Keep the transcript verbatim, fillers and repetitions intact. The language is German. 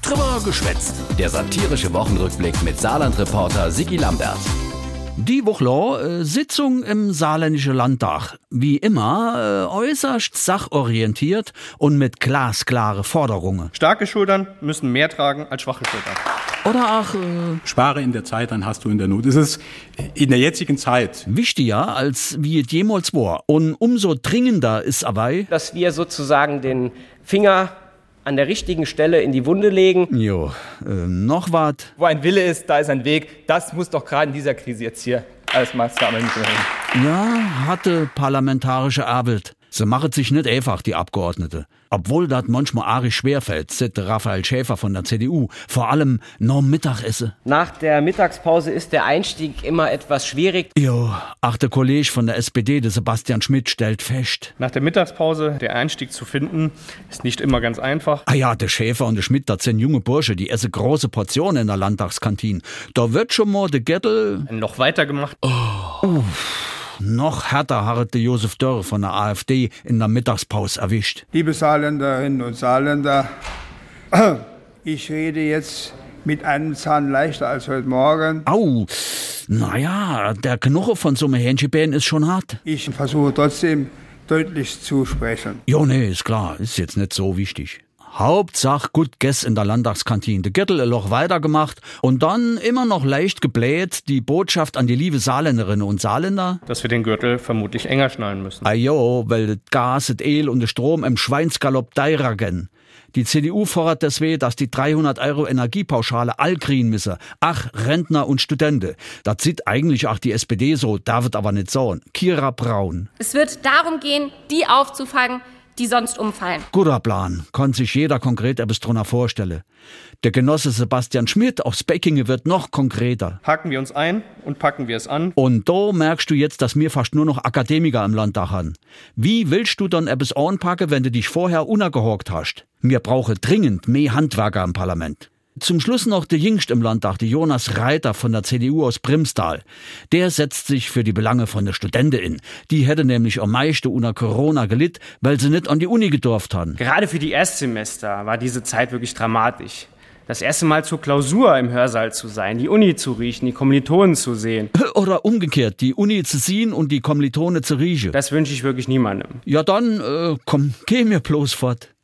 Drüber geschwätzt. Der satirische Wochenrückblick mit Saarland-Reporter Sigi Lambert. Die Woche äh, Sitzung im Saarländischen Landtag. Wie immer äh, äußerst sachorientiert und mit glasklare Forderungen. Starke Schultern müssen mehr tragen als schwache Schultern. Oder auch äh, Spare in der Zeit, dann hast du in der Not. Es ist in der jetzigen Zeit wichtiger, als wie es jemals war. Und umso dringender ist aber, dass wir sozusagen den Finger an der richtigen Stelle in die Wunde legen. Jo, äh, noch was. Wo ein Wille ist, da ist ein Weg. Das muss doch gerade in dieser Krise jetzt hier als Maßnahme mitnehmen. Ja, hatte parlamentarische Erbelt. Sie machen sich nicht einfach, die Abgeordnete. Obwohl das manchmal arisch schwerfällt, sagt Raphael Schäfer von der C D U. Vor allem noch Mittagessen. Nach der Mittagspause ist der Einstieg immer etwas schwierig. Jo, ach, der Kollege von der S P D, der Sebastian Schmidt, stellt fest. Nach der Mittagspause der Einstieg zu finden, ist nicht immer ganz einfach. Ah ja, der Schäfer und der Schmidt, das sind junge Bursche, die essen große Portionen in der Landtagskantine. Da wird schon mal der Gettel Noch weiter gemacht. Oh. Uff. Noch härter harrte Josef Dörr von der AfD in der Mittagspause erwischt. Liebe Saarländerinnen und Saarländer, ich rede jetzt mit einem Zahn leichter als heute Morgen. Au, naja, der Knoche von so einem Hähnchenbein ist schon hart. Ich versuche trotzdem deutlich zu sprechen. Jo, nee, ist klar, ist jetzt nicht so wichtig. Hauptsache gut Guess in der Landtagskantine. Der Gürtel ein Loch weitergemacht und dann immer noch leicht gebläht die Botschaft an die liebe Saarländerinnen und Saarländer. Dass wir den Gürtel vermutlich enger schnallen müssen. Ah jo, weil das Gas, das Öl und der Strom im Schweinsgalopp deieragen. Die C D U fordert deswegen, dass die dreihundert Euro Energiepauschale all kriegen müssen. Ach, Rentner und Studenten. Das sieht eigentlich auch die S P D so, da wird aber nicht so. Kira Braun. Es wird darum gehen, die aufzufangen, die sonst umfallen. Guter Plan, kann sich jeder konkret etwas drunter vorstellen. Der Genosse Sebastian Schmidt aus Beckinge wird noch konkreter. Haken wir uns ein und packen wir es an. Und da merkst du jetzt, dass wir fast nur noch Akademiker im Landtag haben. Wie willst du dann etwas anpacken, wenn du dich vorher unergehorkt hast? Wir brauchen dringend mehr Handwerker im Parlament. Zum Schluss noch der Jüngst im Landtag, der Jonas Reiter von der C D U aus Brimstal. Der setzt sich für die Belange von der Studenten in. Die hätte nämlich am meisten unter Corona gelitt, weil sie nicht an die Uni gedurft haben. Gerade für die Erstsemester war diese Zeit wirklich dramatisch. Das erste Mal zur Klausur im Hörsaal zu sein, die Uni zu riechen, die Kommilitonen zu sehen. Oder umgekehrt, die Uni zu sehen und die Kommilitone zu riechen. Das wünsche ich wirklich niemandem. Ja dann, äh, komm, geh mir bloß fort.